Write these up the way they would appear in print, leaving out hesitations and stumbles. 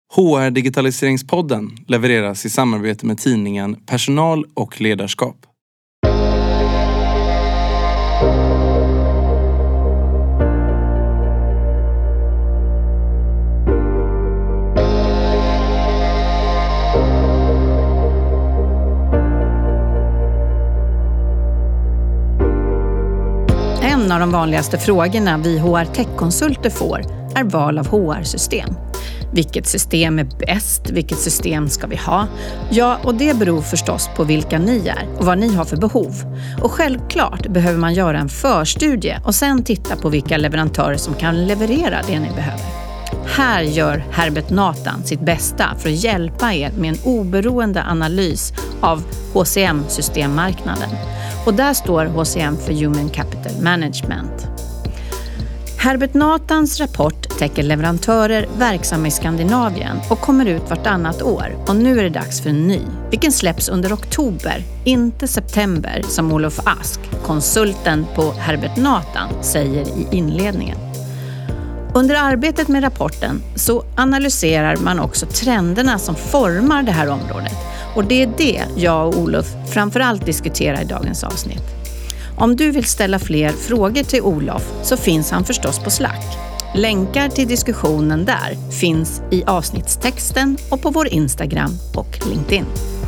HR-digitaliseringspodden levereras i samarbete med tidningen Personal och ledarskap. En av de vanligaste frågorna vi HR-tech-konsulter får är val av HR-system. Vilket system är bäst? Vilket system ska vi ha? Ja, och det beror förstås på vilka ni är och vad ni har för behov. Och självklart behöver man göra en förstudie och sen titta på vilka leverantörer som kan leverera det ni behöver. Här gör Herbert Nathan sitt bästa för att hjälpa er med en oberoende analys av HCM-systemmarknaden. Och där står HCM för Human Capital Management. Herbert Nathans rapport täcker leverantörer verksamma i Skandinavien och kommer ut vartannat år. Och nu är det dags för en ny, vilken släpps under oktober, inte september, som Olof Ask, konsulten på Herbert Nathan, säger i inledningen. Under arbetet med rapporten så analyserar man också trenderna som formar det här området. Och det är det jag och Olof framförallt diskuterar i dagens avsnitt. Om du vill ställa fler frågor till Olof så finns han förstås på Slack. Länkar till diskussionen där finns i avsnittstexten och på vår Instagram och LinkedIn.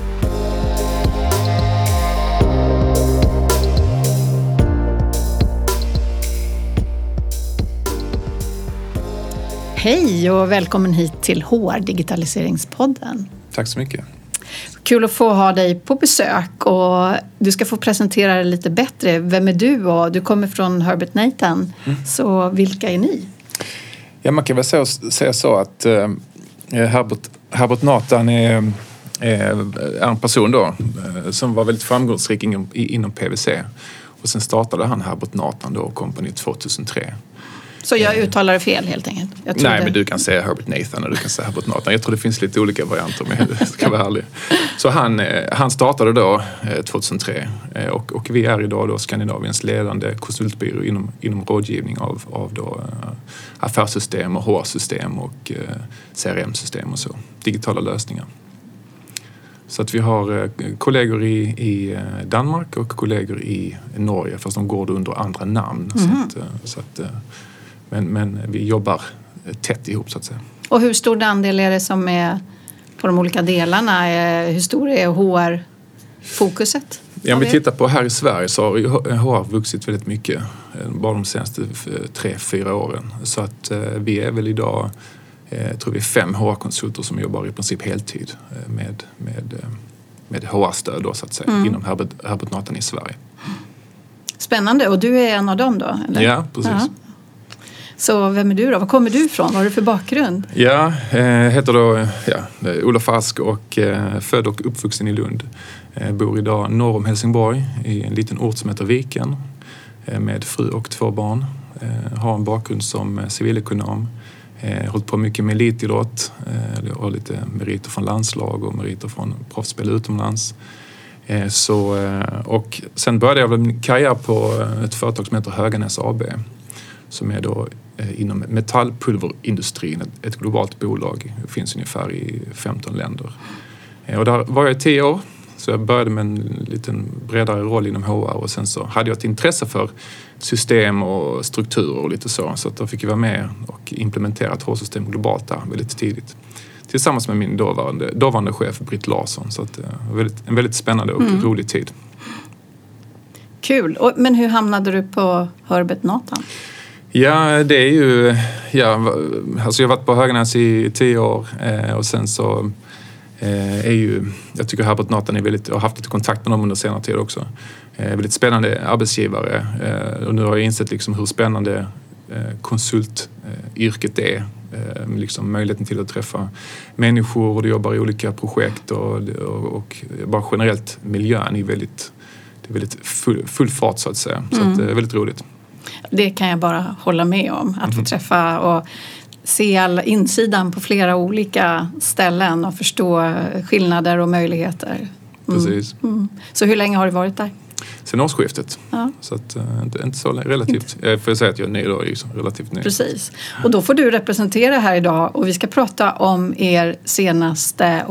Hej och välkommen hit till HR-digitaliseringspodden. Tack så mycket. Kul att få ha dig på besök och du ska få presentera dig lite bättre. Vem är du? Och du kommer från Herbert Nathan. Så vilka är ni? Ja, man kan väl säga så att Herbert Nathan är en person då som var väldigt framgångsrik inom PwC. Och sen startade han Herbert Nathan då och Company 2003. Så jag uttalar det fel helt enkelt? Nej, men du kan säga Herbert Nathan och du kan säga Herbert Nathan. Jag tror det finns lite olika varianter om jag ska vara ärlig. Så han startade då 2003 och vi är idag då Skandinaviens ledande konsultbyrå inom rådgivning av då affärssystem och HR-system och CRM-system och så. Digitala lösningar. Så att vi har kollegor i Danmark och kollegor i Norge, fast de går under andra namn. Men vi jobbar tätt ihop så att säga. Och hur stor andel är det som är på de olika delarna? Hur stor är HR-fokuset? Ja, om vi tittar på här i Sverige så har HR vuxit väldigt mycket. Bara de senaste 3-4 åren. Så att vi är väl idag, tror vi 5 HR-konsulter som jobbar i princip heltid med HR-stöd då, så att säga, inom Herbert Nathan i Sverige. Spännande, och du är en av dem då? Eller? Ja, precis. Ja. Så vem är du då? Var kommer du ifrån? Vad har du för bakgrund? Ja, heter då Olof Ask och född och uppvuxen i Lund. Bor idag norr om Helsingborg i en liten ort som heter Viken med fru och 2 barn. Har en bakgrund som civilekonom. Hållit på mycket med elitidrott. Har lite meriter från landslag och meriter från proffsspel utomlands. Och sen började jag min karriär på ett företag som heter Höganäs AB. Som är då inom metallpulverindustrin, ett globalt bolag. Det finns ungefär i 15 länder. Och där var jag i 10 år. Så jag började med en liten bredare roll inom HR. Och sen så hade jag ett intresse för system och strukturer och lite så. Så att då fick jag vara med och implementera ett HR-system globalt där väldigt tidigt. Tillsammans med min dåvarande chef Britt Larsson. Så att en väldigt spännande och rolig tid. Kul. Men hur hamnade du på Herbert Nathan? Ja, det är ju... Ja, alltså jag har varit på Höganäs i 10 år och sen så är ju... Jag tycker Herbert Nathan är väldigt... Jag har haft lite kontakt med dem under senare tid också. Väldigt spännande arbetsgivare och nu har jag insett liksom hur spännande konsultyrket är. Liksom möjligheten till att träffa människor och jobbar i olika projekt och bara generellt miljön är väldigt... Det är väldigt full fart så att säga. Så att det är väldigt roligt. Det kan jag bara hålla med om. Att få träffa och se all insidan på flera olika ställen och förstå skillnader och möjligheter. Precis. Så hur länge har du varit där? Sen årsskiftet. Ja. Så att, inte så relativt. Jag får säga att jag är ny då, liksom, relativt ny. Precis. Och då får du representera här idag och vi ska prata om er senaste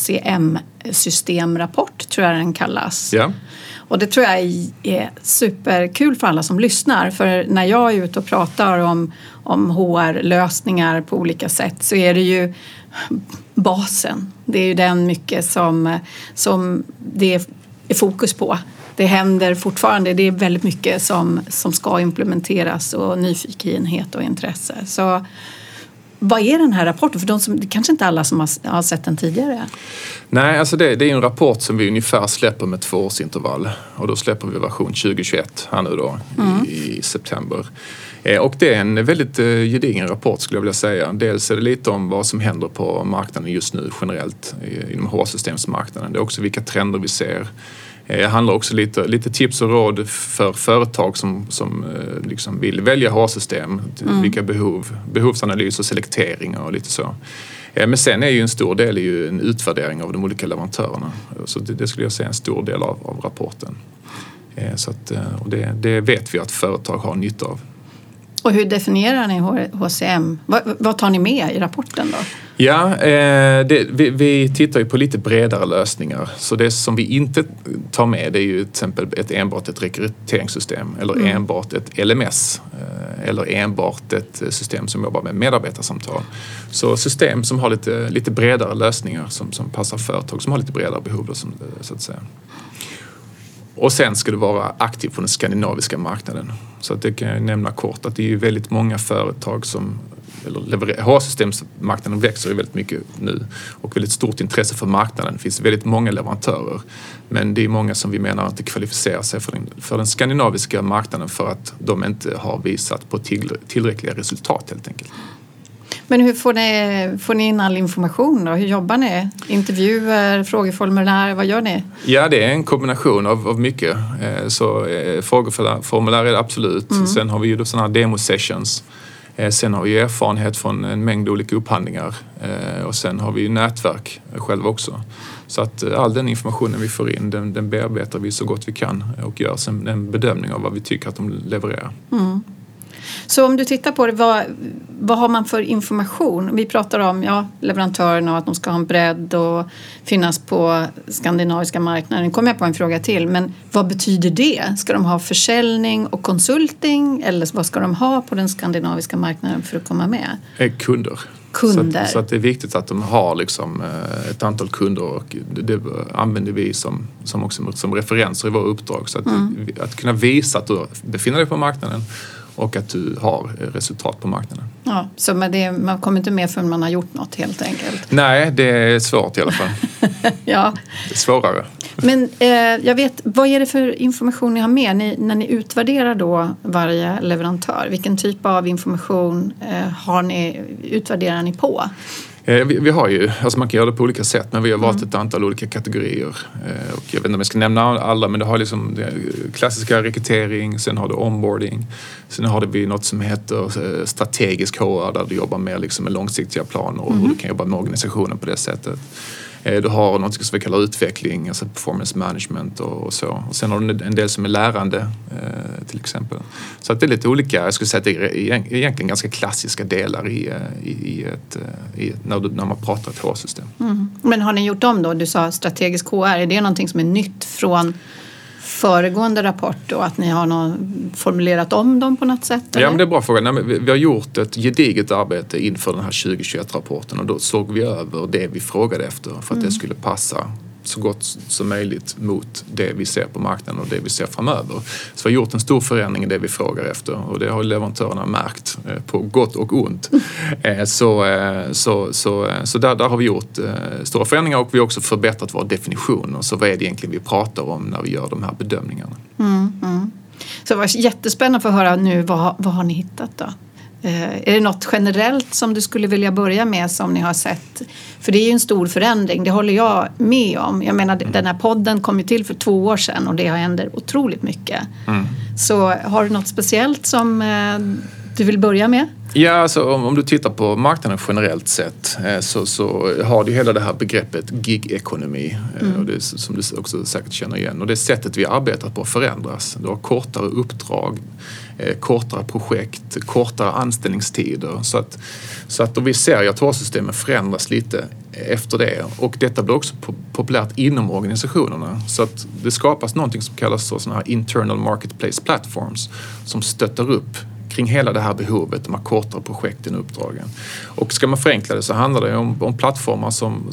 HCM-systemrapport, tror jag den kallas. Ja. Och det tror jag är superkul för alla som lyssnar. För när jag är ute och pratar om HR-lösningar på olika sätt så är det ju basen. Det är ju den mycket som det är fokus på. Det händer fortfarande. Det är väldigt mycket som ska implementeras och nyfikenhet och intresse. Så vad är den här rapporten? För det kanske inte alla som har sett den tidigare. Nej, alltså det är en rapport som vi ungefär släpper med 2 årsintervall. Och då släpper vi version 2021 här nu då i september. Och det är en väldigt gedigen rapport skulle jag vilja säga. Dels är det lite om vad som händer på marknaden just nu generellt inom HR-systemsmarknaden. Det är också vilka trender vi ser. Det handlar också lite tips och råd för företag som liksom vill välja HR-system. Vilka behovsanalys och selektering och lite så. Men sen är ju en stor del en utvärdering av de olika leverantörerna. Så det skulle jag säga är en stor del av rapporten. Så att, och det vet vi att företag har nytta av. Och hur definierar ni HCM? Vad tar ni med i rapporten då? Ja, vi tittar ju på lite bredare lösningar. Så det som vi inte tar med det är ju till exempel enbart ett rekryteringssystem eller enbart ett LMS eller enbart ett system som jobbar med medarbetarsamtal. Så system som har lite bredare lösningar som passar företag som har lite bredare behov så att säga. Och sen ska det vara aktiv på den skandinaviska marknaden. Så att det kan jag nämna kort att det är ju väldigt många företag HR-systemsmarknaden växer ju väldigt mycket nu och väldigt stort intresse för marknaden. Det finns väldigt många leverantörer men det är många som vi menar inte kvalificerar sig för den skandinaviska marknaden för att de inte har visat på tillräckliga resultat helt enkelt. Men hur får ni in all information då? Hur jobbar ni? Intervjuer, frågeformulär, vad gör ni? Ja, det är en kombination av mycket. Så frågeformulär är det absolut. Sen har vi ju sådana här demo-sessions. Sen har vi erfarenhet från en mängd olika upphandlingar. Och sen har vi ju nätverk själva också. Så att all den informationen vi får in, den bearbetar vi så gott vi kan och gör sen en bedömning av vad vi tycker att de levererar. Mm. Så om du tittar på det, vad har man för information? Vi pratar om leverantörerna och att de ska ha en bredd och finnas på skandinaviska marknaden. Kommer jag på en fråga till, men vad betyder det? Ska de ha försäljning och konsulting eller vad ska de ha på den skandinaviska marknaden för att komma med? Kunder. Så att det är viktigt att de har liksom ett antal kunder och det använder vi som referenser i våra uppdrag. Så att kunna visa att du befinner dig på marknaden och att du har resultat på marknaden. Ja, så man kommer inte med förrän man har gjort något helt enkelt? Nej, det är svårt i alla fall. Ja. Det är svårare. Men jag vet, vad är det för information ni har med när ni utvärderar då varje leverantör? Vilken typ av information utvärderar ni på? Vi har ju, alltså man kan göra det på olika sätt men vi har valt ett antal olika kategorier och jag vet inte om jag ska nämna alla men det har liksom det klassiska rekrytering, sen har du onboarding, sen har vi något som heter strategisk HR där du jobbar mer liksom med långsiktiga planer och hur du kan jobba med organisationen på det sättet. Du har något som vi kallar utveckling, alltså performance management och så. Och sen har du en del som är lärande till exempel. Så att det är lite olika, jag skulle säga att det är egentligen ganska klassiska delar när man pratar ett HR-system. Mm. Men har ni gjort om då? Du sa strategisk HR, är det någonting som är nytt från föregående rapport och att ni har formulerat om dem på något sätt? Eller? Ja, men det är en bra fråga. Vi har gjort ett gediget arbete inför den här 2021-rapporten och då såg vi över det vi frågade efter för att det skulle passa så gott som möjligt mot det vi ser på marknaden och det vi ser framöver. Så vi har gjort en stor förändring i det vi frågar efter och det har leverantörerna märkt på gott och ont. Så där har vi gjort stora förändringar och vi har också förbättrat våra definitioner. Så vad är det egentligen vi pratar om när vi gör de här bedömningarna? Så det var jättespännande för att höra nu, vad har ni hittat då? Är det något generellt som du skulle vilja börja med som ni har sett? För det är ju en stor förändring, det håller jag med om. Jag menar, den här podden kom ju till för 2 år sedan och det har hänt otroligt mycket. Så har du något speciellt som du vill börja med? Ja, alltså, om du tittar på marknaden generellt sett så har du hela det här begreppet gig-ekonomi och det, som du också säkert känner igen. Och det sättet vi arbetar på förändras. Du har kortare uppdrag, kortare projekt, kortare anställningstider. Så att vi ser att HR-systemen förändras lite efter det. Och detta blir också populärt inom organisationerna. Så att det skapas någonting som kallas sådana här internal marketplace platforms som stöttar upp kring hela det här behovet, de här kortare projekten och uppdragen. Och ska man förenkla det så handlar det om plattformar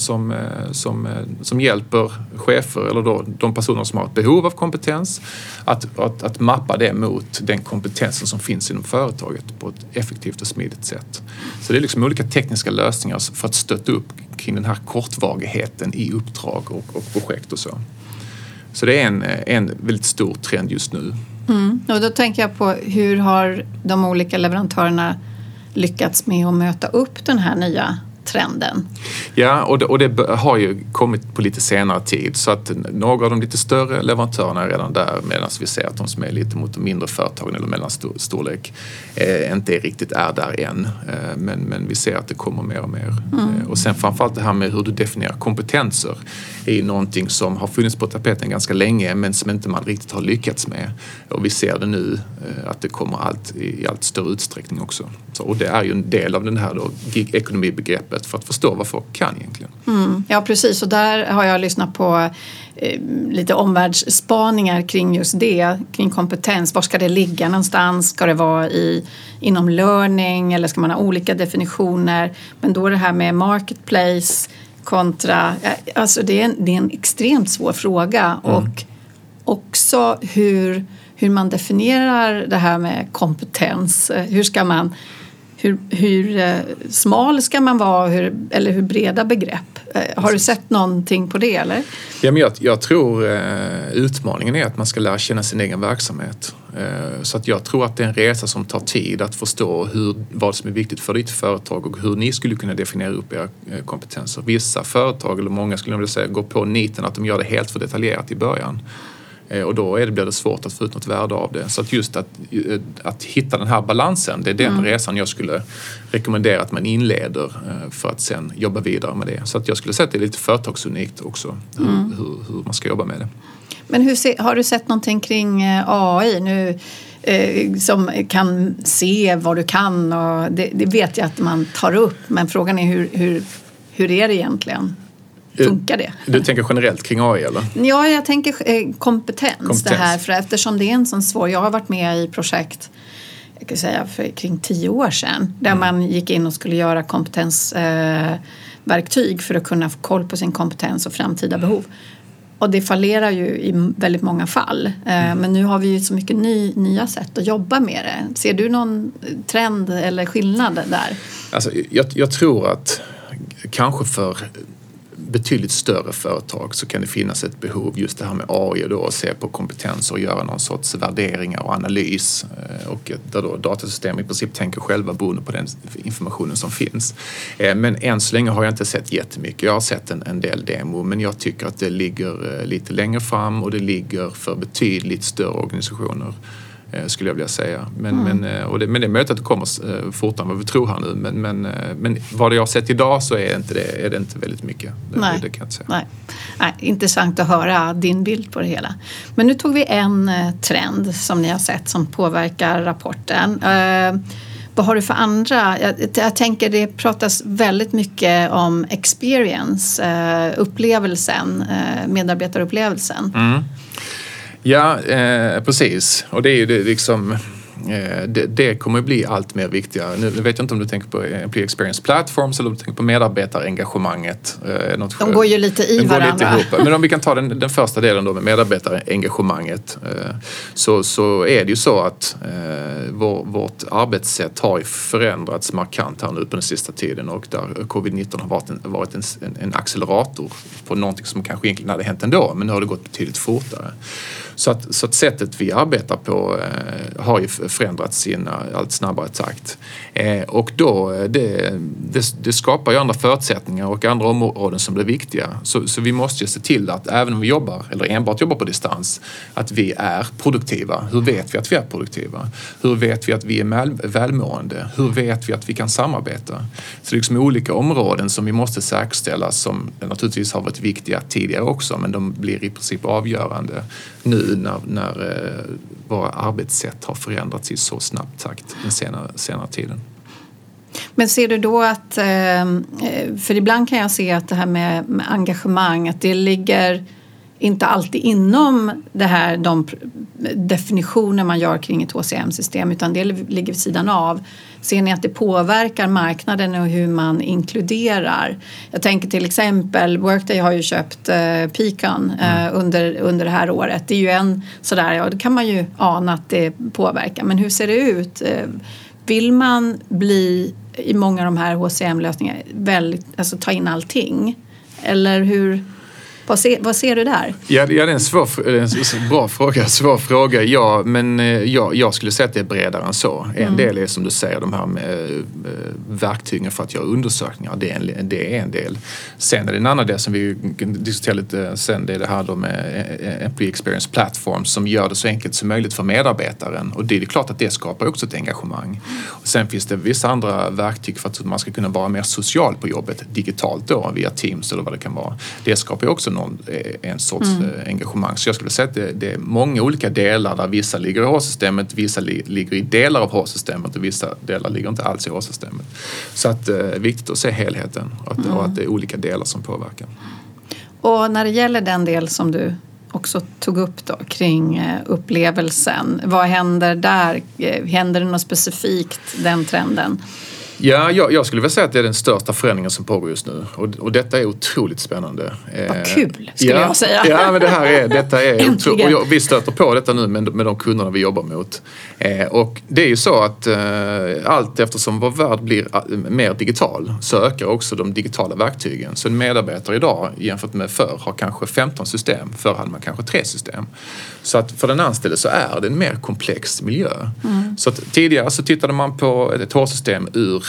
som hjälper chefer eller då de personer som har ett behov av kompetens att mappa det mot den kompetensen som finns inom företaget på ett effektivt och smidigt sätt. Så det är liksom olika tekniska lösningar för att stötta upp kring den här kortvagigheten i uppdrag och projekt och så. Så det är en väldigt stor trend just nu. Och då tänker jag på hur har de olika leverantörerna lyckats med att möta upp den här nya trenden? Ja, och det har ju kommit på lite senare tid så att några av de lite större leverantörerna är redan där medan vi ser att de som är lite mot de mindre företagen eller mellanstorlek inte riktigt är där än. Men vi ser att det kommer mer och mer. Och sen framförallt det här med hur du definierar kompetenser är ju någonting som har funnits på tapeten ganska länge men som inte man riktigt har lyckats med. Och vi ser det nu att det kommer i allt större utsträckning också. Och det är ju en del av den här gig-ekonomibegreppet för att förstå vad folk kan egentligen. Ja, precis. Och där har jag lyssnat på lite omvärldsspaningar kring just det, kring kompetens. Var ska det ligga någonstans? Ska det vara inom learning eller ska man ha olika definitioner? Men då det här med marketplace kontra, alltså det är en extremt svår fråga och också hur man definierar det här med kompetens. Hur ska man hur smal ska man vara eller hur breda begrepp? Har du sett någonting på det eller? Ja, men jag tror utmaningen är att man ska lära känna sin egen verksamhet. Så att jag tror att det är en resa som tar tid att förstå vad som är viktigt för ditt företag och hur ni skulle kunna definiera upp era kompetenser. Vissa företag, eller många skulle jag vilja säga, går på niten att de gör det helt för detaljerat i början. Och då blir det svårt att få ut något värde av det. Så att just att hitta den här balansen, det är den resan jag skulle rekommendera att man inleder för att sen jobba vidare med det. Så att jag skulle säga att det är lite företagsunikt också hur man ska jobba med det. Men har du sett någonting kring AI nu som kan se vad du kan? Och det vet jag att man tar upp, men frågan är hur är det egentligen? Funkar det? Du tänker generellt kring AI eller? Ja, jag tänker kompetens. Det här, för eftersom det är en sån svår. Jag har varit med i projekt jag kan säga för kring 10 år sedan där man gick in och skulle göra kompetensverktyg för att kunna få koll på sin kompetens och framtida behov. Och det fallerar ju i väldigt många fall. Men nu har vi ju så mycket nya sätt att jobba med det. Ser du någon trend eller skillnad där? Alltså, jag tror att kanske för betydligt större företag så kan det finnas ett behov just det här med AI då, att se på kompetens och göra någon sorts värderingar och analys och där då datasystem i princip tänker själva beroende på den informationen som finns. Men än så länge har jag inte sett jättemycket. Jag har sett en del demo men jag tycker att det ligger lite längre fram och det ligger för betydligt större organisationer. Skulle jag vilja säga. Men det är möjligt att det kommer fortare än vad vi tror här nu. Men vad jag har sett idag så är det inte väldigt mycket. Det kan jag inte säga. Nej, intressant att höra din bild på det hela. Men nu tog vi en trend som ni har sett som påverkar rapporten. Vad har du för andra? Jag tänker det pratas väldigt mycket om experience, upplevelsen, medarbetarupplevelsen. Ja, precis. Och det är ju det liksom... Det kommer att bli allt mer viktigare. Nu vet jag inte om du tänker på Employee Experience Platforms eller om du tänker på medarbetarengagemanget. De går ju lite i varandra. Lite ihop. Men om vi kan ta den första delen då med medarbetarengagemanget så är det ju så att vårt arbetssätt har ju förändrats markant här nu på den sista tiden och där covid-19 har varit en accelerator på någonting som kanske egentligen hade hänt ändå men nu har det gått betydligt fortare. Så att sättet vi arbetar på har ju förändrats i en allt snabbare takt. Och då, det skapar ju andra förutsättningar och andra områden som blir viktiga. Så vi måste ju se till att även om vi jobbar, eller enbart jobbar på distans, att vi är produktiva. Hur vet vi att vi är produktiva? Hur vet vi att vi är välmående? Hur vet vi att vi kan samarbeta? Så det är liksom olika områden som vi måste säkerställa, som naturligtvis har varit viktiga tidigare också, men de blir i princip avgörande nu när våra arbetssätt har förändrats i så snabb takt den senare tiden. Men ser du då att, för ibland kan jag se att det här med engagemang, att det ligger inte alltid inom det här, de definitioner man gör kring ett HCM-system, utan det ligger vid sidan av. Ser ni att det påverkar marknaden och hur man inkluderar? Jag tänker till exempel, Workday har ju köpt Peakon under det här året. Det är ju en sådär, ja, det kan man ju ana att det påverkar. Men hur ser det ut? Vill man bli i många av de här HCM-lösningarna alltså ta in allting? Eller hur? Vad ser du där? Ja, det är en svår fråga. Ja, men jag skulle säga att det är bredare än så. En del är, som du säger, de här med verktygen för att göra undersökningar. Det är en del. Sen är det en annan del som vi diskuterar lite sen. Det är det här då med Employee Experience Platform som gör det så enkelt som möjligt för medarbetaren. Och det är klart att det skapar också ett engagemang. Och sen finns det vissa andra verktyg för att man ska kunna vara mer social på jobbet. Digitalt då, via Teams eller vad det kan vara. Det skapar ju också en sorts engagemang. Så jag skulle säga att det är många olika delar där vissa ligger i H-systemet, vissa ligger i delar av H-systemet och vissa delar ligger inte alls i H-systemet. Så att det är viktigt att se helheten och att det är olika delar som påverkar. Och när det gäller den del som du också tog upp då kring upplevelsen, vad händer där? Händer det något specifikt, den trenden? Ja, jag skulle vilja säga att det är den största förändringen som pågår just nu. Och detta är otroligt spännande. Vad kul, skulle jag säga. Ja, men detta är otroligt. Och vi stöter på detta nu med de kunderna vi jobbar mot. Och det är ju så att allt eftersom vår värld blir mer digital så ökar också de digitala verktygen. Så en medarbetare idag jämfört med förr har kanske 15 system. Förr hade man kanske 3 system. Så att för den anställde så är det en mer komplex miljö. Så att tidigare så tittade man på ett HR-system ur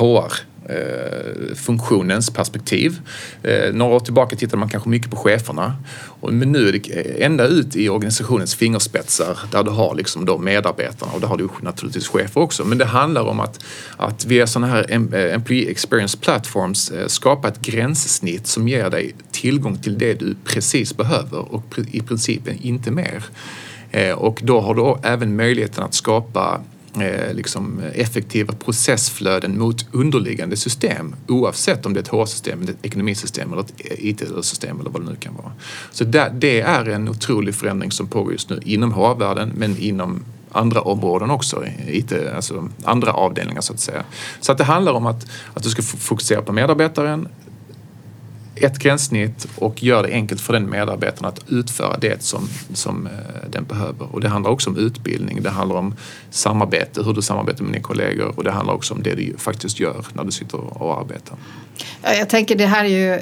HR-funktionens perspektiv. Några år tillbaka tittade man kanske mycket på cheferna. Men nu är det ända ut i organisationens fingerspetsar där du har liksom då medarbetarna och där har du naturligtvis chefer också. Men det handlar om att via sådana här Employee Experience Platforms skapa ett gränssnitt som ger dig tillgång till det du precis behöver och i princip inte mer. Och då har du även möjligheten att skapa liksom effektiva processflöden mot underliggande system oavsett om det är ett HR-system, ett ekonomisystem eller ett IT-system eller vad det nu kan vara. Så det är en otrolig förändring som pågår just nu inom HR-världen men inom andra områden också, alltså andra avdelningar så att säga. Så att det handlar om att du ska fokusera på medarbetaren, ett gränssnitt och gör det enkelt för den medarbetaren att utföra det som den behöver. Och det handlar också om utbildning, det handlar om samarbete, hur du samarbetar med dina kollegor och det handlar också om det du faktiskt gör när du sitter och arbetar. Ja, jag tänker det här är ju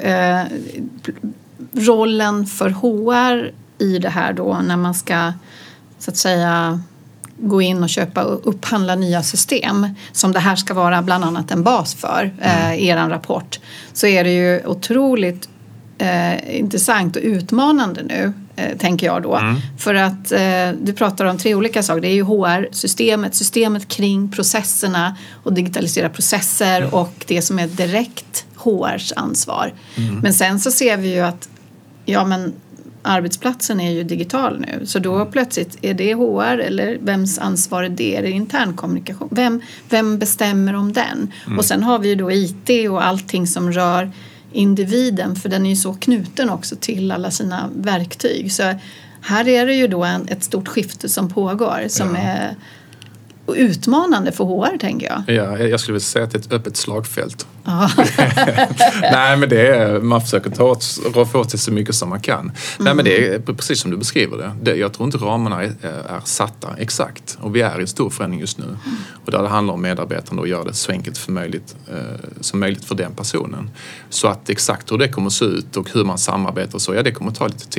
rollen för HR i det här då när man ska så att säga gå in och köpa och upphandla nya system som det här ska vara bland annat en bas för eran rapport, så är det ju otroligt intressant och utmanande nu tänker jag då. För att du pratar om 3 olika saker. Det är ju HR-systemet kring processerna och digitalisera processer och det som är direkt HRs ansvar. Men sen så ser vi ju att arbetsplatsen är ju digital nu. Så då plötsligt är det HR eller vems ansvar är det? Är det internkommunikation? Vem bestämmer om den? Och sen har vi ju då IT och allting som rör individen. För den är ju så knuten också till alla sina verktyg. Så här är det ju då ett stort skifte som pågår som är utmanande för HR, tänker jag. Ja, jag skulle vilja säga att det är ett öppet slagfält. Nej, men det är, man försöker få till så mycket som man kan. Nej, men det är precis som du beskriver det. Jag tror inte ramarna är satta exakt. Och vi är i en stor förändring just nu. Och där det handlar om medarbetarna och göra det så enkelt som möjligt för den personen. Så att exakt hur det kommer att se ut och hur man samarbetar så, det kommer att ta lite tid.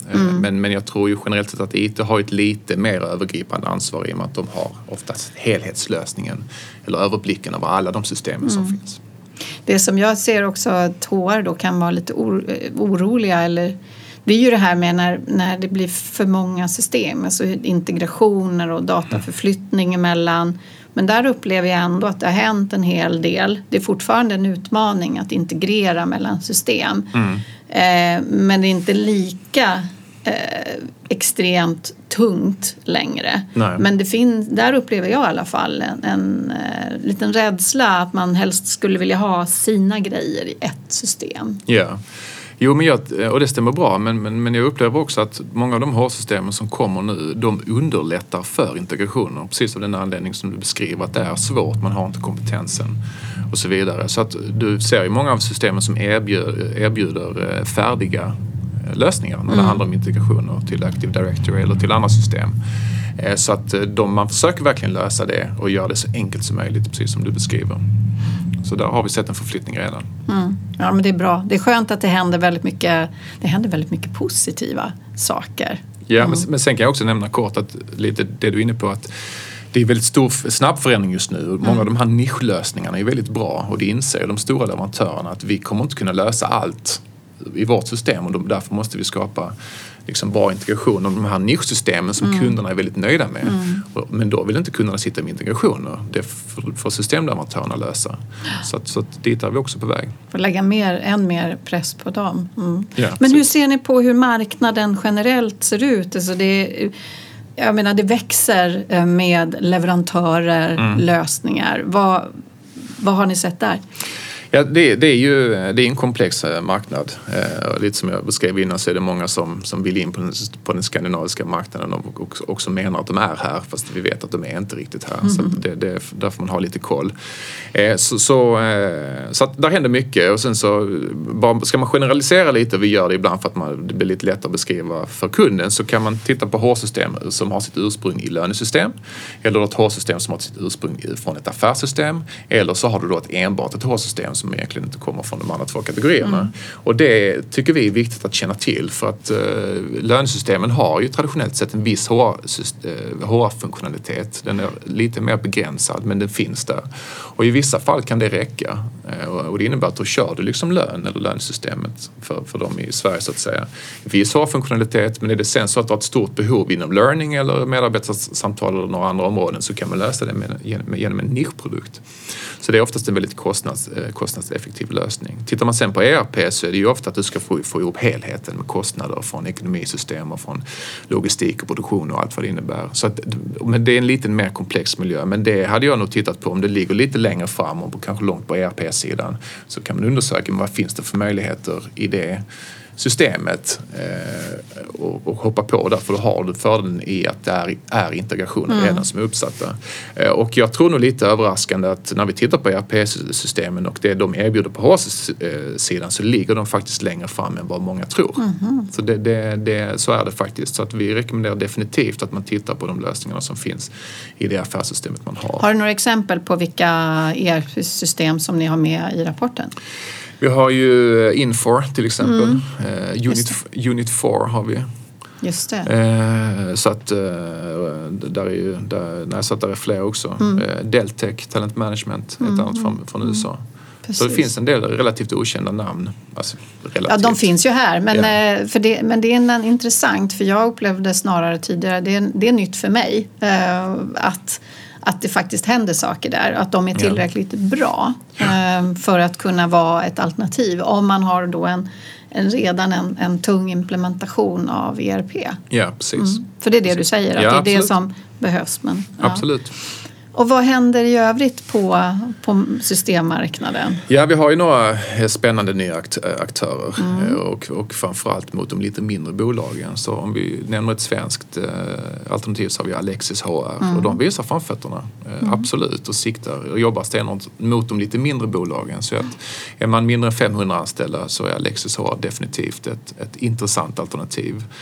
Men jag tror ju generellt sett att IT har ett lite mer övergripande ansvar i och med att de har oftast helhetslösningen eller överblicken över alla de systemen som finns. Det som jag ser också att HR då kan vara lite oroliga eller det är ju det här med när det blir för många system, alltså integrationer och dataförflyttning emellan. Men där upplever jag ändå att det har hänt en hel del. Det är fortfarande en utmaning att integrera mellan system. Men det är inte lika extremt tungt längre. Nej. Men där upplever jag i alla fall en liten rädsla att man helst skulle vilja ha sina grejer i ett system. Ja. Jo, och det stämmer bra, men jag upplever också att många av de HR-systemen som kommer nu, de underlättar för integrationer. Precis av den anledning som du beskriver, att det är svårt, man har inte kompetensen och så vidare. Så att du ser ju många av systemen som erbjuder färdiga lösningar när det handlar om integrationer till Active Directory eller till andra system. Så att man försöker verkligen lösa det och göra det så enkelt som möjligt, precis som du beskriver. Så där har vi sett en förflyttning redan. Ja, men det är bra. Det är skönt att det händer väldigt mycket positiva saker. Ja, men sen kan jag också nämna kort att lite det du är inne på, att det är väldigt snabb förändring just nu. Många av de här nischlösningarna är väldigt bra och det inser de stora leverantörerna att vi kommer inte kunna lösa allt i vårt system och därför måste vi skapa liksom bra integration av de här nischsystemen som kunderna är väldigt nöjda med. Men då vill inte kunderna sitta med integrationer. Det får systemleverantörerna lösa. Så att dit är vi också på väg. Får lägga än mer press på dem. Ja, men hur ser ni på hur marknaden generellt ser ut? Alltså det växer med leverantörer, lösningar. Vad har ni sett där? Ja, det är en komplex marknad. Lite som jag beskrev innan så är det många som vill in på den skandinaviska marknaden och också menar att de är här fast vi vet att de är inte riktigt här. Så där får man ha lite koll. Så att där händer mycket och sen så ska man generalisera lite och vi gör det ibland för att det blir lite lätt att beskriva för kunden så kan man titta på HR-system som har sitt ursprung i lönesystem eller ett HR-system som har sitt ursprung från ett affärssystem eller så har du då enbart ett HR-system som egentligen inte kommer från de andra två kategorierna. Och det tycker vi är viktigt att känna till för att lönesystemen har ju traditionellt sett en viss HR-funktionalitet. Den är lite mer begränsad men den finns där. Och i vissa fall kan det räcka. Och det innebär att då kör du liksom lön eller lönesystemet för dem i Sverige så att säga. Viss HR-funktionalitet men är det sen så att du har ett stort behov inom learning eller medarbetarsamtal eller några andra områden så kan man lösa det genom en nischprodukt. Så det är oftast en väldigt kostnadseffektiv lösning. Tittar man sen på ERP så är det ju ofta att du ska få ihop helheten med kostnader från ekonomisystem och från logistik och produktion och allt vad det innebär. Så men det är en lite mer komplex miljö. Men det hade jag nog tittat på om det ligger lite längre fram och kanske långt på ERP-sidan så kan man undersöka vad finns det för möjligheter i det systemet och hoppa på där för då har du fördelen i att det är integrationer redan som är uppsatta. Och jag tror nog lite överraskande att när vi tittar på ERP-systemen och det de erbjuder på HR-sidan så ligger de faktiskt längre fram än vad många tror. Så så är det faktiskt. Så att vi rekommenderar definitivt att man tittar på de lösningarna som finns i det affärssystemet man har. Har du några exempel på vilka ERP-system som ni har med i rapporten? Vi har ju Infor till exempel. Unit 4 har vi. Just det. Så att där är flera också. Deltech, Talent Management, ett annat från USA. Precis. Så det finns en del relativt okända namn. Alltså, ja, de finns ju här. Men det är intressant för jag upplevde snarare tidigare, det är nytt för mig att det faktiskt händer saker där. Att de är tillräckligt bra för att kunna vara ett alternativ. Om man har då redan en tung implementation av ERP. Ja, precis. För det är det du säger, att det är absolut. Det som behövs. Men, absolut. Och vad händer i övrigt på systemmarknaden? Ja, vi har ju några spännande nya aktörer och framförallt mot de lite mindre bolagen. Så om vi nämner ett svenskt alternativ så har vi Alexis HR och de visar framfötterna, absolut, och siktar och jobbar stenhårt mot de lite mindre bolagen. Så att är man mindre än 500 anställda så är Alexis HR definitivt ett intressant alternativ.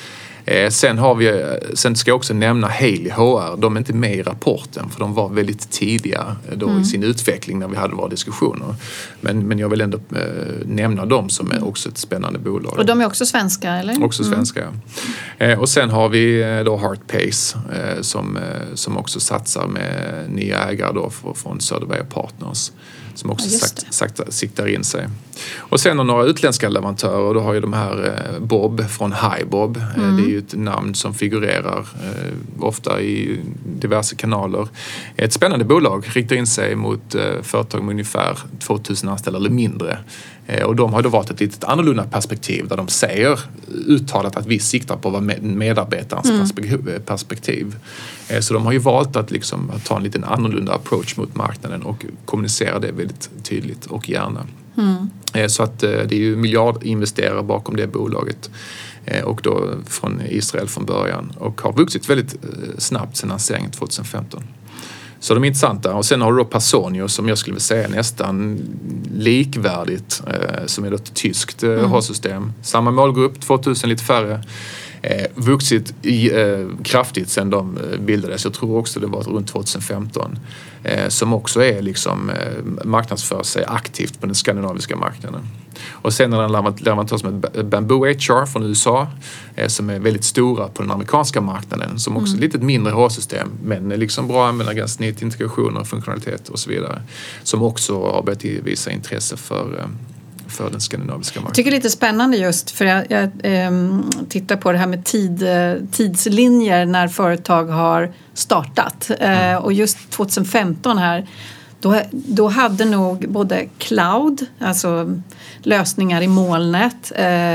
Sen ska jag också nämna Haley HR. De är inte med i rapporten för de var väldigt tidiga då i sin utveckling när vi hade våra diskussioner. Men jag vill ändå nämna dem som är också ett spännande bolag. Och de är också svenska, eller? Också svenska, ja. Och sen har vi då Heartpace som också satsar med nya ägare då från Söderberg Partners. Som också siktar in sig. Och sen har några utländska leverantörer. Då har ju de här Bob från HiBob. Det är ju ett namn som figurerar ofta i diverse kanaler. Ett spännande bolag riktar in sig mot företag med ungefär 2000 anställda eller mindre. Och de har då varit ett lite annorlunda perspektiv där de säger uttalat att vi siktar på medarbetarens perspektiv. Så de har ju valt att ta en liten annorlunda approach mot marknaden och kommunicera det väldigt tydligt och gärna. Så att det är ju miljardinvesterare bakom det bolaget och då från Israel från början och har vuxit väldigt snabbt sedan lanseringen 2015. Så de är intressanta. Och sen har du då Personio som jag skulle vilja säga nästan likvärdigt som är då ett tyskt HR-system. Samma målgrupp, 2000 lite färre. Vuxit kraftigt sedan de bildades. Jag tror också det var runt 2015. Som också är marknadsför sig aktivt på den skandinaviska marknaden. Och sen är det en leverantör som är Bamboo HR från USA som är väldigt stora på den amerikanska marknaden som också är ett litet mindre HR-system men bra användargränssnitt, integrationer, funktionalitet och så vidare. Som också har börjat visa intresse för den skandinaviska marknaden. Jag tycker det är lite spännande just för jag tittar på det här med tidslinjer när företag har startat. Och just 2015 här då hade nog både cloud, alltså lösningar i molnet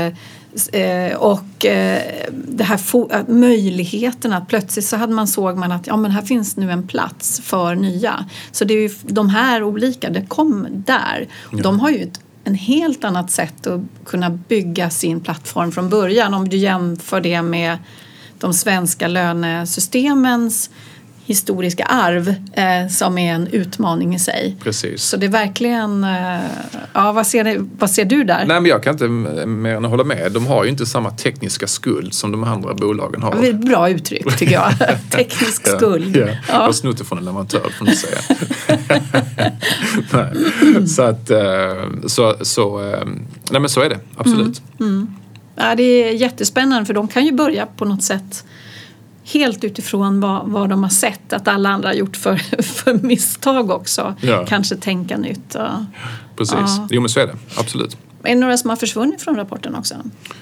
och det här möjligheten att plötsligt så såg man att men här finns nu en plats för nya. Så det är ju de här olika, det kom där. Ja. De har ju en helt annat sätt att kunna bygga sin plattform från början. Om du jämför det med de svenska lönesystemens historiska arv som är en utmaning i sig. Precis. Så det är verkligen... vad ser du där? Nej, men jag kan inte mer än att hålla med. De har ju inte samma tekniska skuld som de andra bolagen har. Det är ett bra uttryck tycker jag. Teknisk skuld. Ja. Jag har snott det från en leverantör, får man säga. Nej. Nej, men så är det. Absolut. Ja, det är jättespännande för de kan ju börja på något sätt helt utifrån vad de har sett att alla andra har gjort för misstag också. Ja. Kanske tänka nytt. Precis. Ja. Jo, men så är det. Absolut. Är det några som har försvunnit från rapporten också?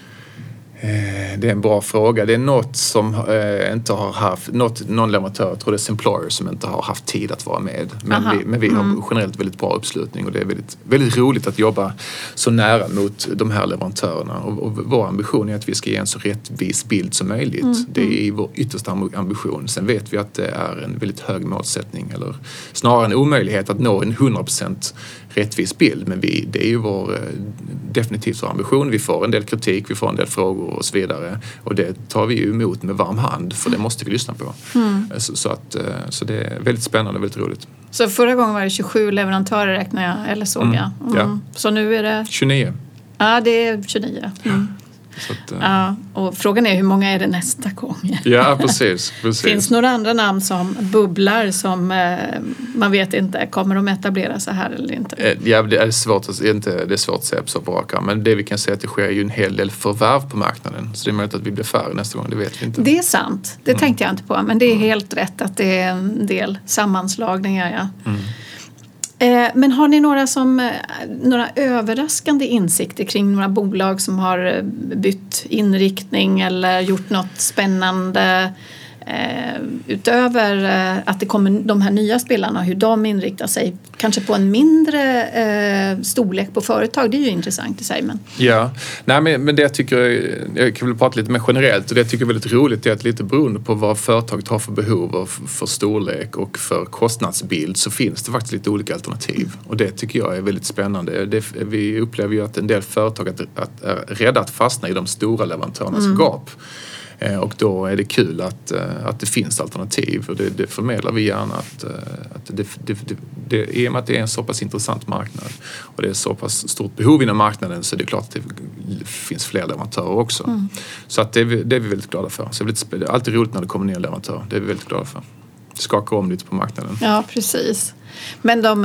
Det är en bra fråga. Det är något som inte har haft... Någon leverantör, jag tror det är Simployer, som inte har haft tid att vara med. Men vi har generellt väldigt bra uppslutning och det är väldigt, väldigt roligt att jobba så nära mot de här leverantörerna. Och vår ambition är att vi ska ge en så rättvis bild som möjligt. Det är vår yttersta ambition. Sen vet vi att det är en väldigt hög målsättning eller snarare en omöjlighet att nå en 100% rättvis bild. Men det är ju definitivt vår ambition. Vi får en del kritik, vi får en del frågor och så vidare. Och det tar vi ju emot med varm hand för det måste vi lyssna på. Så det är väldigt spännande och väldigt roligt. Så förra gången var det 27 leverantörer räknar jag, eller såg jag. Ja. Så nu är det... 29. Ja, det är 29. Ja, och frågan är hur många är det nästa gång? Ja, precis. Finns några andra namn som bubblar som man vet inte, kommer de etablera sig här eller inte? Ja, det är svårt att säga på så på raka. Men det vi kan säga är att det sker ju en hel del förvärv på marknaden. Så det är möjligt att vi blir färre nästa gång, det vet vi inte. Det är sant, det tänkte jag inte på. Men det är helt rätt att det är en del sammanslagningar, ja. Men har ni några överraskande insikter kring några bolag som har bytt inriktning eller gjort något spännande utöver att det kommer de här nya spelarna, hur de inriktar sig kanske på en mindre storlek på företag? Det är ju intressant i sig. Men... Ja, nej, men det jag tycker, jag kan väl prata lite mer generellt och det jag tycker är väldigt roligt är att lite beroende på vad företaget har för behov och för storlek och för kostnadsbild så finns det faktiskt lite olika alternativ och det tycker jag är väldigt spännande. Vi upplever ju att en del företag är rädda att fastna i de stora leverantörernas gap. Och då är det kul att det finns alternativ, och det förmedlar vi gärna att i och med att det är en så pass intressant marknad och det är så pass stort behov inom marknaden, så är det klart att det finns fler leverantörer också. Så att det är vi väldigt glada för. Så det är alltid roligt när det kommer nya leverantörer. Det är vi väldigt glada för. Det skakar om lite på marknaden. Ja, precis. Men de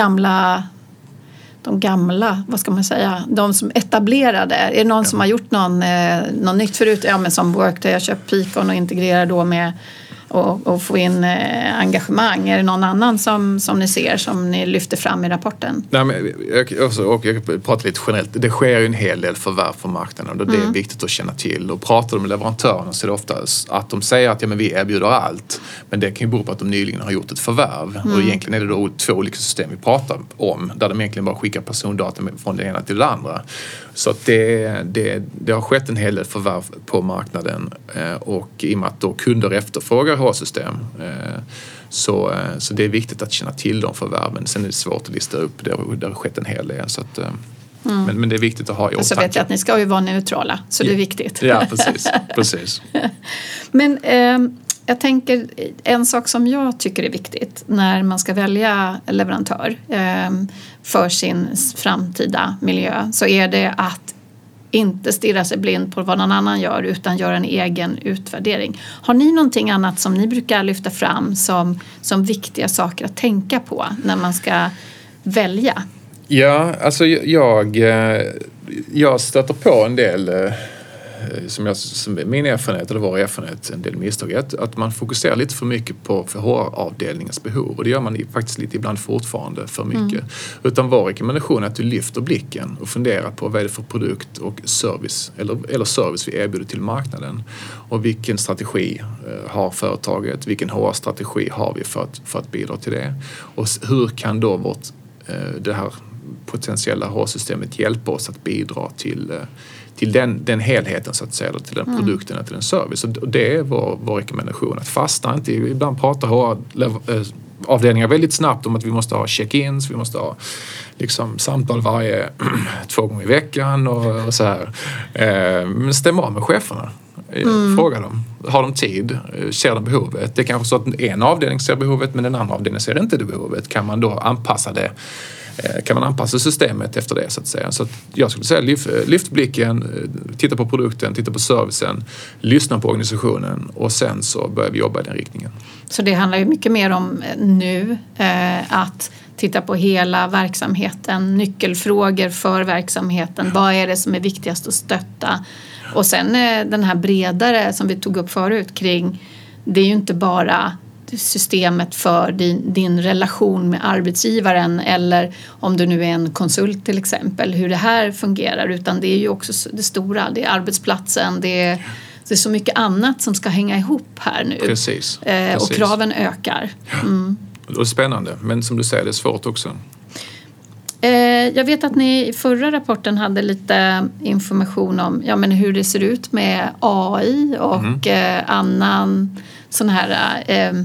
gamla, vad ska man säga, de som etablerade, är det någon som har gjort någon nytt förut? Ja, men som Workday, jag köpt Peakon och integrerar då med och få in engagemang. Är det någon annan som ni ser, som ni lyfter fram i rapporten? Nej, men jag pratar lite generellt. Det sker ju en hel del förvärv på marknaden, och det är viktigt att känna till. Och pratar de med leverantörerna så är det ofta att de säger att men vi erbjuder allt. Men det kan ju bero på att de nyligen har gjort ett förvärv. Och egentligen är det då 2 olika system vi pratar om, där de egentligen bara skickar persondata från det ena till det andra. Så att det har skett en hel del förvärv på marknaden, och i och med att då kunder efterfrågar HR-system, så det är viktigt att känna till de förvärven. Sen är det svårt att lista upp, det har skett en hel del. Så att, men det är viktigt att ha i åtanke. Så vet jag att ni ska ju vara neutrala, så det är viktigt. Ja, precis. Men jag tänker, en sak som jag tycker är viktigt när man ska välja leverantör för sin framtida miljö, så är det att inte stirra sig blind på vad någon annan gör, utan göra en egen utvärdering. Har ni någonting annat som ni brukar lyfta fram som viktiga saker att tänka på när man ska välja? Ja, alltså jag stöter på en del som min erfarenhet, eller vår erfarenhet, en del misstag, att man fokuserar lite för mycket på HR-avdelningens behov, och det gör man faktiskt lite ibland fortfarande för mycket. Utan vår rekommendation är att du lyfter blicken och funderar på vad är det för produkt och service eller service vi erbjuder till marknaden, och vilken strategi har företaget, vilken HR-strategi har vi för att bidra till det, och hur kan då det här potentiella HR-systemet hjälpa oss att bidra till den helheten, så att säga, eller till den produkten, eller till en service. Och det är vår rekommendation. Att fastna inte. Ibland pratar HR-avdelningar väldigt snabbt om att vi måste ha check-ins, vi måste ha liksom samtal 2 gånger i veckan och så här. Men stäm av med cheferna. Fråga dem. Har de tid? Ser de behovet? Det är kanske så att en avdelning ser behovet, men den andra avdelningen ser inte det behovet. Kan man då anpassa det? Kan man anpassa systemet efter det, så att säga. Så att jag skulle säga lyft blicken, titta på produkten, titta på servicen, lyssna på organisationen, och sen så börjar vi jobba i den riktningen. Så det handlar ju mycket mer om nu att titta på hela verksamheten, nyckelfrågor för verksamheten, vad är det som är viktigast att stötta, och sen den här bredare som vi tog upp förut kring, det är ju inte bara systemet för din relation med arbetsgivaren, eller om du nu är en konsult till exempel, hur det här fungerar, utan det är ju också det stora, det är arbetsplatsen, det är så mycket annat som ska hänga ihop här nu. Precis. Och kraven ökar. Det är spännande, men som du säger, det är svårt också. Jag vet att ni i förra rapporten hade lite information om men hur det ser ut med AI och annan sån här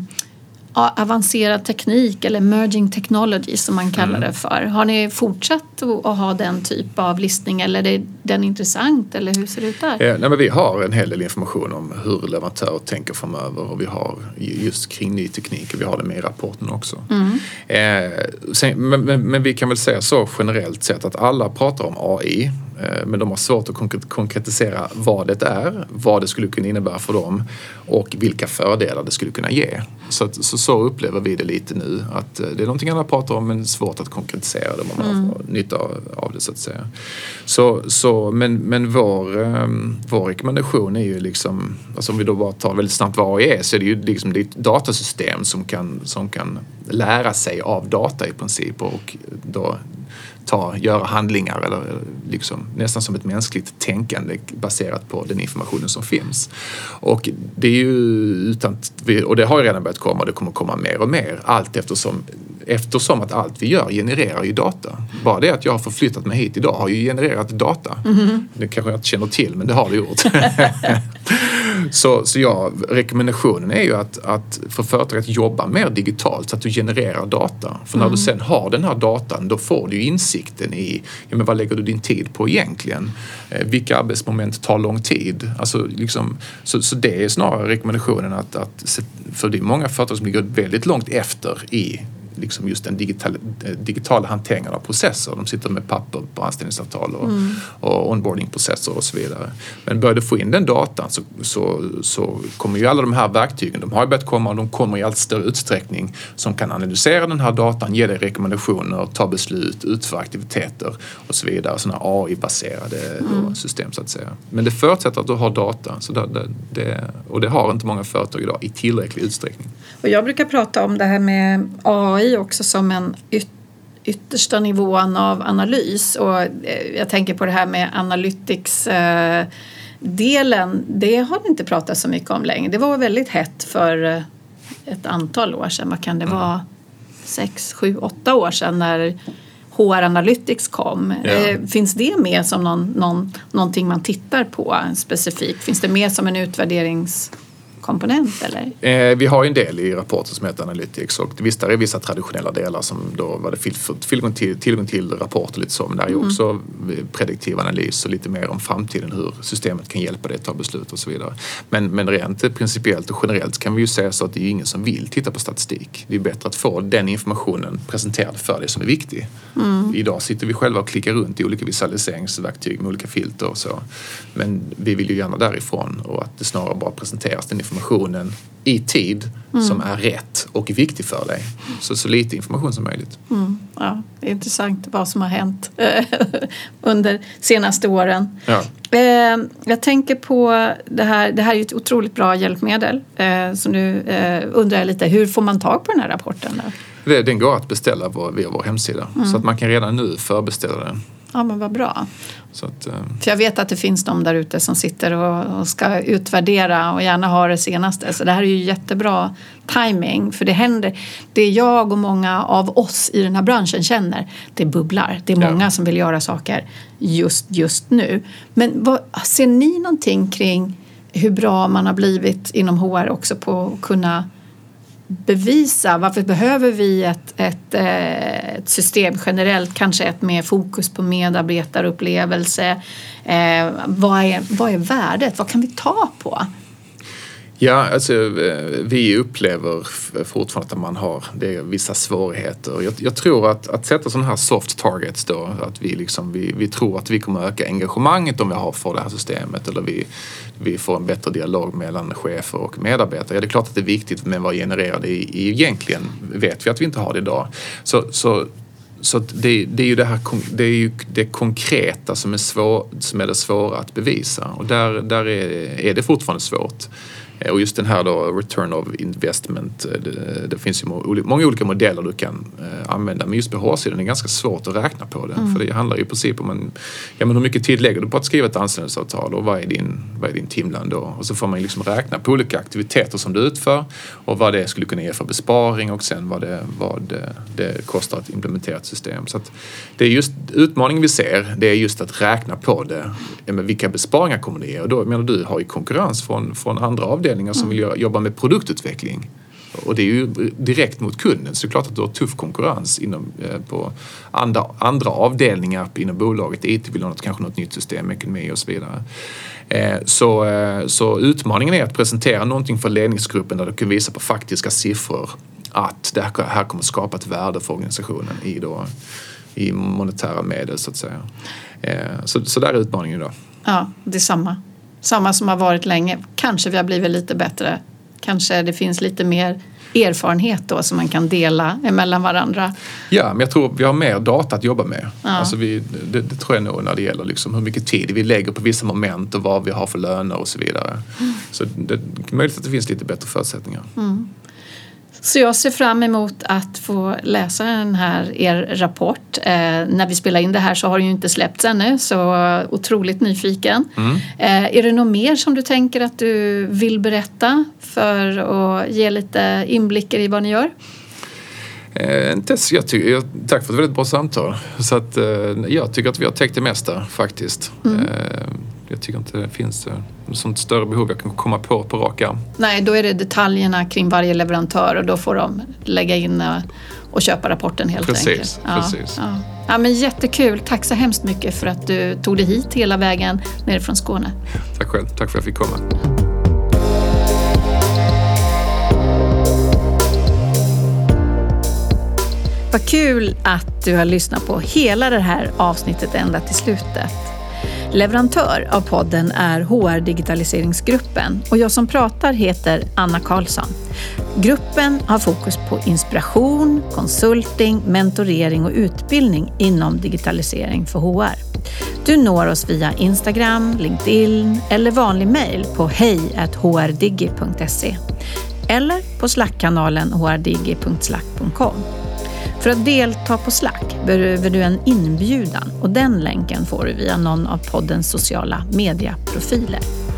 avancerad teknik, eller emerging technology som man kallar det för. Har ni fortsatt att ha den typ av listning, eller är den intressant, eller hur ser det ut där? Nej, men vi har en hel del information om hur leverantörer tänker framöver, och vi har just kring ny teknik, och vi har det med i rapporten också. Men vi kan väl säga så generellt sett att alla pratar om AI, men de har svårt att konkretisera vad det är, vad det skulle kunna innebära för dem och vilka fördelar det skulle kunna ge. Så upplever vi det lite nu, att det är någonting alla pratar om, men svårt att konkretisera det, om man har nytta av det, så att säga. Men vår rekommendation är ju liksom, alltså om vi då bara tar väldigt snabbt vad AI är, så är det ju liksom ett datasystem som kan lära sig av data i princip, och då göra handlingar, eller liksom nästan som ett mänskligt tänkande baserat på den informationen som finns. Och det är ju och det har ju redan börjat komma, och det kommer komma mer och mer, allt eftersom att allt vi gör genererar ju data. Bara det att jag har förflyttat mig hit idag har ju genererat data. Det kanske jag inte känner till, men det har det gjort. Så rekommendationen är ju att för företag att jobba mer digitalt så att du genererar data. För när du sen har den här datan, då får du ju insikten i men vad lägger du din tid på egentligen? Vilka arbetsmoment tar lång tid? Alltså liksom, så det är snarare rekommendationen att för det är många företag som ligger väldigt långt efter i liksom just den digitala hanteringen av processer. De sitter med papper på anställningsavtal och onboardingprocesser och så vidare. Men börjar du få in den datan så kommer ju alla de här verktygen, de har ju börjat komma och de kommer i allt större utsträckning som kan analysera den här datan, ge dig rekommendationer, ta beslut, utföra aktiviteter och så vidare. Sådana AI-baserade system så att säga. Men det förutsätter att du har data och det har inte många företag idag i tillräcklig utsträckning. Och jag brukar prata om det här med AI också som en yttersta nivån av analys. Och jag tänker på det här med analytics-delen. Det har vi inte pratat så mycket om längre. Det var väldigt hett för ett antal år sedan. Vad kan det vara? 6, 7, 8 år sedan när HR Analytics kom. Ja. Finns det med som någonting man tittar på specifikt? Finns det med som en utvärderingskomponent eller? Vi har ju en del i rapporter som heter Analytics och visst, det är vissa traditionella delar som då var det tillgång till rapporter lite så, men där är ju också prediktiv analys och lite mer om framtiden, hur systemet kan hjälpa dig att ta beslut och så vidare. Men rent principiellt och generellt kan vi ju säga så att det är ingen som vill titta på statistik. Det är bättre att få den informationen presenterad för dig som är viktig. Idag sitter vi själva och klickar runt i olika visualiseringsverktyg med olika filter och så. Men vi vill ju gärna därifrån och att det snarare bara presenteras den informationen i tid som är rätt och viktig för dig. Så lite information som möjligt. Ja, det är intressant vad som har hänt under senaste åren. Ja. Jag tänker på det här är ju ett otroligt bra hjälpmedel. Så nu undrar jag lite, hur får man tag på den här rapporten då? Den går att beställa via vår hemsida. Så att man kan redan nu förbeställa den. Ja, men vad bra. Så att, för jag vet att det finns de där ute som sitter och ska utvärdera och gärna ha det senaste. Så det här är ju jättebra timing. För det händer, det jag och många av oss i den här branschen känner, det bubblar. Det är många som vill göra saker just nu. Men ser ni någonting kring hur bra man har blivit inom HR också på att kunna bevisa? Varför behöver vi ett system generellt, kanske ett med fokus på medarbetarupplevelse? Vad är värdet? Vad kan vi ta på? Ja, alltså vi upplever fortfarande att man har vissa svårigheter. Jag tror att sätta sådana här soft targets då, att vi tror att vi kommer öka engagemanget om vi får det här systemet eller vi får en bättre dialog mellan chefer och medarbetare. Ja, det är klart att det är viktigt, men vad genererar det egentligen? Vet vi att vi inte har det idag. Så det är ju det konkreta som är det svåra att bevisa, och där är det fortfarande svårt. Och just den här då, return of investment, det finns ju många olika modeller du kan använda, men just på HR-sidan är det ganska svårt att räkna på det. För det handlar ju i princip om hur mycket tid lägger du på att skriva ett anställningsavtal och vad är din timlön då? Och så får man liksom räkna på olika aktiviteter som du utför och vad det skulle kunna ge för besparing och sen vad det kostar att implementera ett system. Så att det är just utmaningen vi ser, det är just att räkna på det. Men vilka besparingar kommer det ge? Och då menar du har ju konkurrens från andra avdelningar som vill jobba med produktutveckling. Och det är ju direkt mot kunden. Så det är klart att du har tuff konkurrens på andra avdelningar inom bolaget. IT vill ha kanske något nytt system, ekonomi och så vidare. Så utmaningen är att presentera någonting för ledningsgruppen där du kan visa på faktiska siffror att det här kommer skapa ett värde för organisationen i monetära medel så att säga. Så där är utmaningen då. Ja, det är samma som har varit länge. Kanske vi har blivit lite bättre. Kanske det finns lite mer erfarenhet då som man kan dela mellan varandra. Ja, men jag tror vi har mer data att jobba med. Ja. Alltså det tror jag nog när det gäller liksom hur mycket tid vi lägger på vissa moment och vad vi har för löner och så vidare. Så det är möjligt att det finns lite bättre förutsättningar. Så jag ser fram emot att få läsa er rapport. När vi spelar in det här så har den ju inte släppts ännu, så otroligt nyfiken. Är det något mer som du tänker att du vill berätta för att ge lite inblickar i vad ni gör? Tack för ett väldigt bra samtal. Så att, jag tycker att vi har täckt det mesta faktiskt. Jag tycker inte det finns något sånt större behov jag kan komma på rak arm. Nej, då är det detaljerna kring varje leverantör och då får de lägga in och köpa rapporten helt enkelt. Precis. Ja, men jättekul. Tack så hemskt mycket för att du tog dig hit hela vägen ner från Skåne. Tack själv. Tack för att jag fick komma. Vad kul att du har lyssnat på hela det här avsnittet ända till slutet. Leverantör av podden är HR Digitaliseringsgruppen och jag som pratar heter Anna Karlsson. Gruppen har fokus på inspiration, konsulting, mentorering och utbildning inom digitalisering för HR. Du når oss via Instagram, LinkedIn eller vanlig mejl på hej@hrdigi.se eller på Slack-kanalen hrdigi.slack.com. För att delta på Slack behöver du en inbjudan och den länken får du via någon av poddens sociala medieprofiler.